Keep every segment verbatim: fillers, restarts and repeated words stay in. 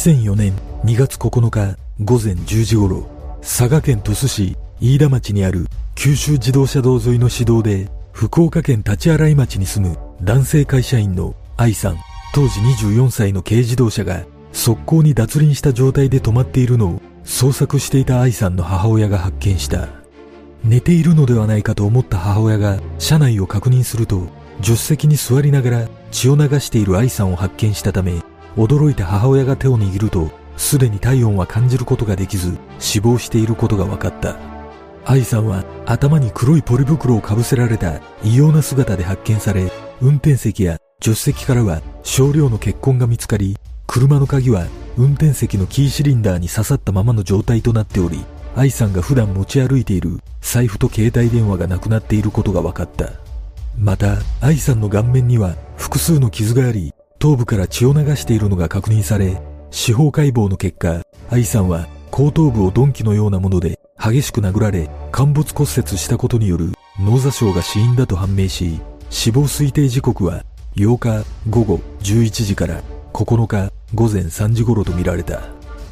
せんよねんにがつここのかごぜんじゅうじ頃、佐賀県鳥栖市飯田町にある九州自動車道沿いの市道で、福岡県立洗町に住む男性会社員の愛さん、当時にじゅうよんさいの軽自動車が側溝に脱輪した状態で止まっているのを捜索していた愛さんの母親が発見した。寝ているのではないかと思った母親が車内を確認すると、助手席に座りながら血を流している愛さんを発見したため、驚いた母親が手を握ると、すでに体温は感じることができず死亡していることが分かった。愛さんは頭に黒いポリ袋をかぶせられた異様な姿で発見され、運転席や助手席からは少量の血痕が見つかり、車の鍵は運転席のキーシリンダーに刺さったままの状態となっており、愛さんが普段持ち歩いている財布と携帯電話がなくなっていることが分かった。また、愛さんの顔面には複数の傷があり、頭部から血を流しているのが確認され、司法解剖の結果、愛さんは後頭部を鈍器のようなもので激しく殴られ、陥没骨折したことによる脳挫傷が死因だと判明し、死亡推定時刻はようかごごじゅういちじからここのかごぜんさんじ頃とみられた。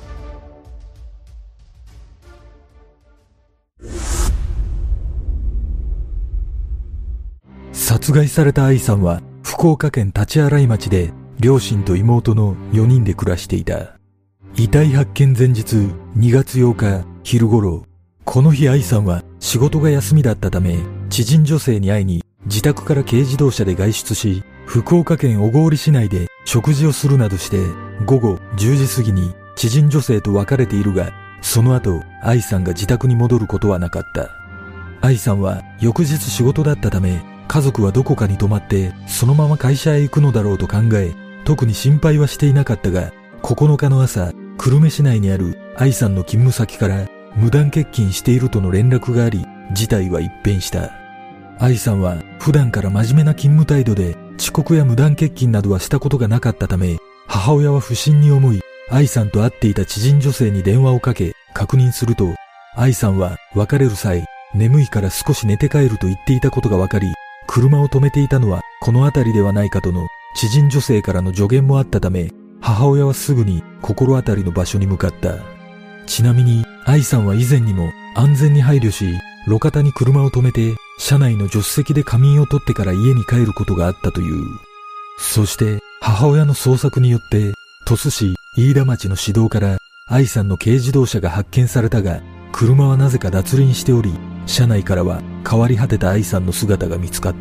殺害された愛さんは福岡県立洗町で両親と妹のよにんで暮らしていた。遺体発見前日にがつようか昼頃、この日愛さんは仕事が休みだったため、知人女性に会いに自宅から軽自動車で外出し、福岡県小郡市内で食事をするなどしてごごじゅうじ過ぎに知人女性と別れているが、その後愛さんが自宅に戻ることはなかった。愛さんは翌日仕事だったため、家族はどこかに泊まってそのまま会社へ行くのだろうと考え、特に心配はしていなかったが、ここのかの朝、久留米市内にある愛さんの勤務先から無断欠勤しているとの連絡があり、事態は一変した。愛さんは普段から真面目な勤務態度で遅刻や無断欠勤などはしたことがなかったため、母親は不審に思い、愛さんと会っていた知人女性に電話をかけ確認すると、愛さんは別れる際、眠いから少し寝て帰ると言っていたことが分かり、車を止めていたのはこの辺りではないかとの知人女性からの助言もあったため、母親はすぐに心当たりの場所に向かった。ちなみに愛さんは以前にも安全に配慮し、路肩に車を止めて車内の助手席で仮眠を取ってから家に帰ることがあったという。そして母親の捜索によって鳥栖市飯田町の市道から愛さんの軽自動車が発見されたが、車はなぜか脱輪しており、車内からは変わり果てた愛さんの姿が見つかった。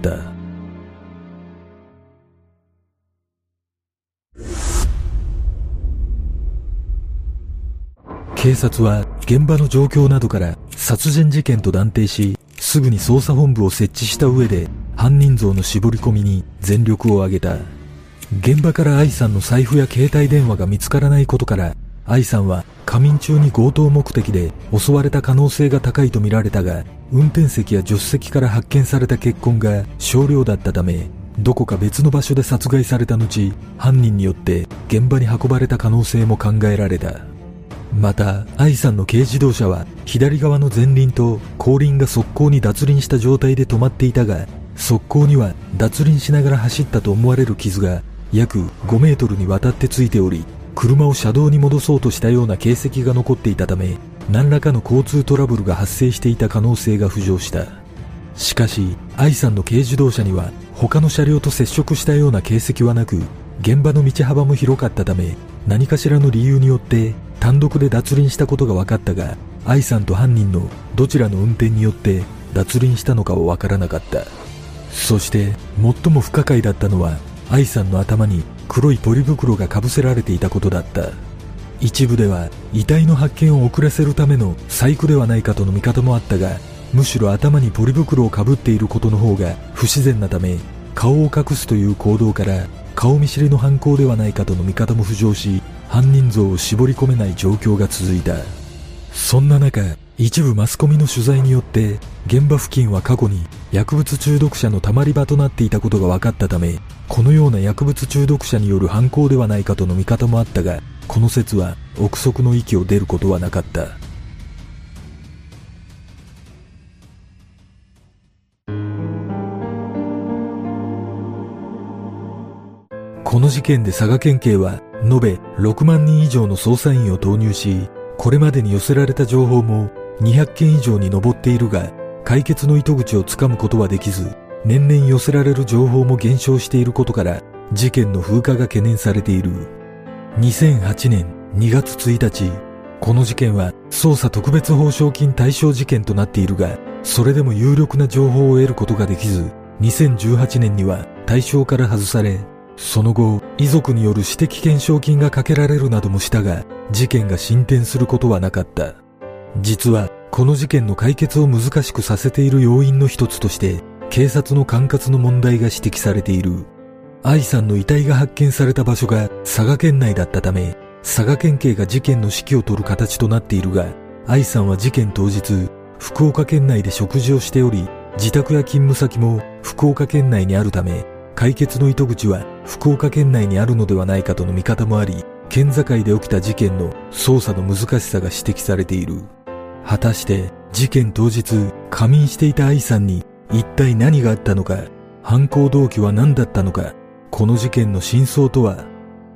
警察は現場の状況などから殺人事件と断定し、すぐに捜査本部を設置した上で犯人像の絞り込みに全力を挙げた。現場から愛さんの財布や携帯電話が見つからないことから、愛さんは仮眠中に強盗目的で襲われた可能性が高いとみられたが、運転席や助手席から発見された血痕が少量だったため、どこか別の場所で殺害された後、犯人によって現場に運ばれた可能性も考えられた。また、愛さんの軽自動車は左側の前輪と後輪が側溝に脱輪した状態で止まっていたが、側溝には脱輪しながら走ったと思われる傷が約ごメートルにわたってついており、車を車道に戻そうとしたような形跡が残っていたため、何らかの交通トラブルが発生していた可能性が浮上した。しかし、愛さんの軽自動車には他の車両と接触したような形跡はなく、現場の道幅も広かったため、何かしらの理由によって単独で脱輪したことが分かったが、愛さんと犯人のどちらの運転によって脱輪したのかは分からなかった。そして最も不可解だったのは、愛さんの頭に黒いポリ袋がかぶせられていたことだった。一部では遺体の発見を遅らせるための細工ではないかとの見方もあったが、むしろ頭にポリ袋をかぶっていることの方が不自然なため、顔を隠すという行動から顔見知りの犯行ではないかとの見方も浮上し、犯人像を絞り込めない状況が続いた。そんな中、一部マスコミの取材によって現場付近は過去に薬物中毒者のたまり場となっていたことが分かったため、このような薬物中毒者による犯行ではないかとの見方もあったが、この説は憶測の域を出ることはなかった。ここの事件で佐賀県警は延べろくまんにん以上の捜査員を投入し、これまでに寄せられた情報もにひゃっけん以上に上っているが、解決の糸口をつかむことはできず、年々寄せられる情報も減少していることから、事件の風化が懸念されている。にせんはちねんにがつついたち、この事件は捜査特別報奨金対象事件となっているが、それでも有力な情報を得ることができず、にせんじゅうはちねんには対象から外され、その後、遺族による私的懸賞金がかけられるなどもしたが、事件が進展することはなかった。実は、この事件の解決を難しくさせている要因の一つとして、警察の管轄の問題が指摘されている。愛さんの遺体が発見された場所が佐賀県内だったため、佐賀県警が事件の指揮を取る形となっているが、愛さんは事件当日、福岡県内で食事をしており、自宅や勤務先も福岡県内にあるため、解決の糸口は福岡県内にあるのではないかとの見方もあり、県境で起きた事件の捜査の難しさが指摘されている。果たして事件当日仮眠していた愛さんに一体何があったのか、犯行動機は何だったのか、この事件の真相とは。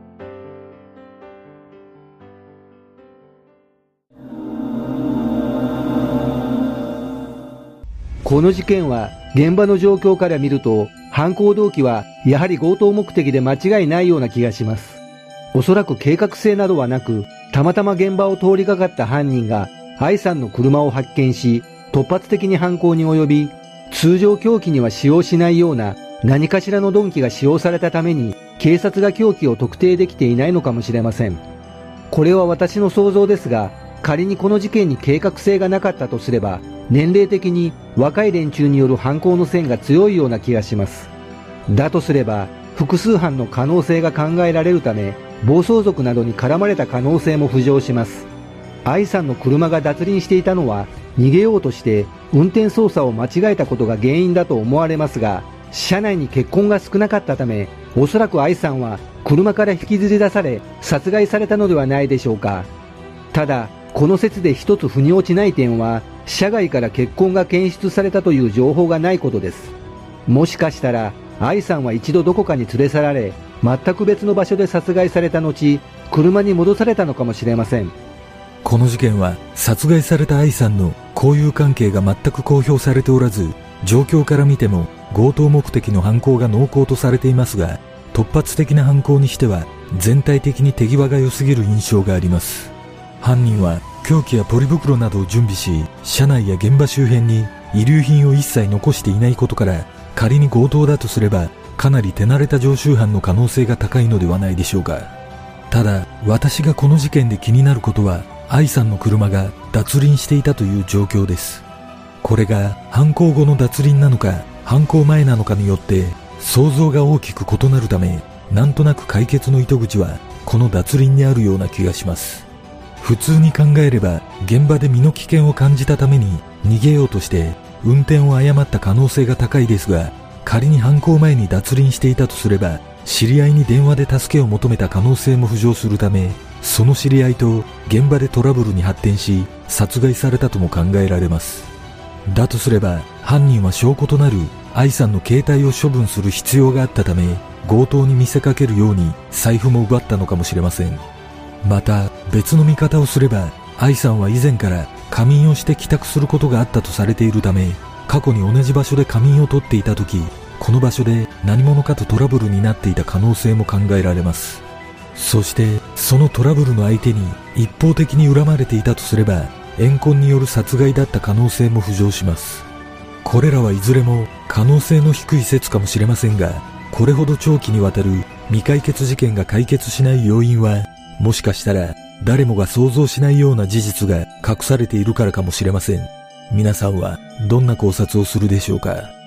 この事件は現場の状況から見ると、犯行動機はやはり強盗目的で間違いないような気がします。おそらく計画性などはなく、たまたま現場を通りかかった犯人が愛さんの車を発見し、突発的に犯行に及び、通常凶器には使用しないような何かしらの鈍器が使用されたために、警察が凶器を特定できていないのかもしれません。これは私の想像ですが、仮にこの事件に計画性がなかったとすれば、年齢的に若い連中による犯行の線が強いような気がします。だとすれば、複数犯の可能性が考えられるため、暴走族などに絡まれた可能性も浮上します。愛さんの車が脱輪していたのは、逃げようとして運転操作を間違えたことが原因だと思われますが、車内に血痕が少なかったため、おそらく愛さんは車から引きずり出され、殺害されたのではないでしょうか。ただ、この説で一つ腑に落ちない点は、車外から血痕が検出されたという情報がないことです。もしかしたら、愛さんは一度どこかに連れ去られ、全く別の場所で殺害された後、車に戻されたのかもしれません。 この事件は、殺害された愛さんの交友関係が全く公表されておらず、状況から見ても強盗目的の犯行が濃厚とされていますが、突発的な犯行にしては全体的に手際が良すぎる印象があります。犯人は凶器やポリ袋などを準備し、車内や現場周辺に遺留品を一切残していないことから、仮に強盗だとすればかなり手慣れた常習犯の可能性が高いのではないでしょうか。ただ、私がこの事件で気になることは、愛さんの車が脱輪していたという状況です。これが犯行後の脱輪なのか犯行前なのかによって想像が大きく異なるため、なんとなく解決の糸口はこの脱輪にあるような気がします。普通に考えれば、現場で身の危険を感じたために逃げようとして運転を誤った可能性が高いですが、仮に犯行前に脱輪していたとすれば、知り合いに電話で助けを求めた可能性も浮上するため、その知り合いと現場でトラブルに発展し殺害されたとも考えられます。だとすれば、犯人は証拠となる愛さんの携帯を処分する必要があったため、強盗に見せかけるように財布も奪ったのかもしれません。また別の見方をすれば、愛さんは以前から仮眠をして帰宅することがあったとされているため、過去に同じ場所で仮眠を取っていた時、この場所で何者かとトラブルになっていた可能性も考えられます。そしてそのトラブルの相手に一方的に恨まれていたとすれば、怨恨による殺害だった可能性も浮上します。これらはいずれも可能性の低い説かもしれませんが、これほど長期にわたる未解決事件が解決しない要因は、もしかしたら誰もが想像しないような事実が隠されているからかもしれません。皆さんはどんな考察をするでしょうか。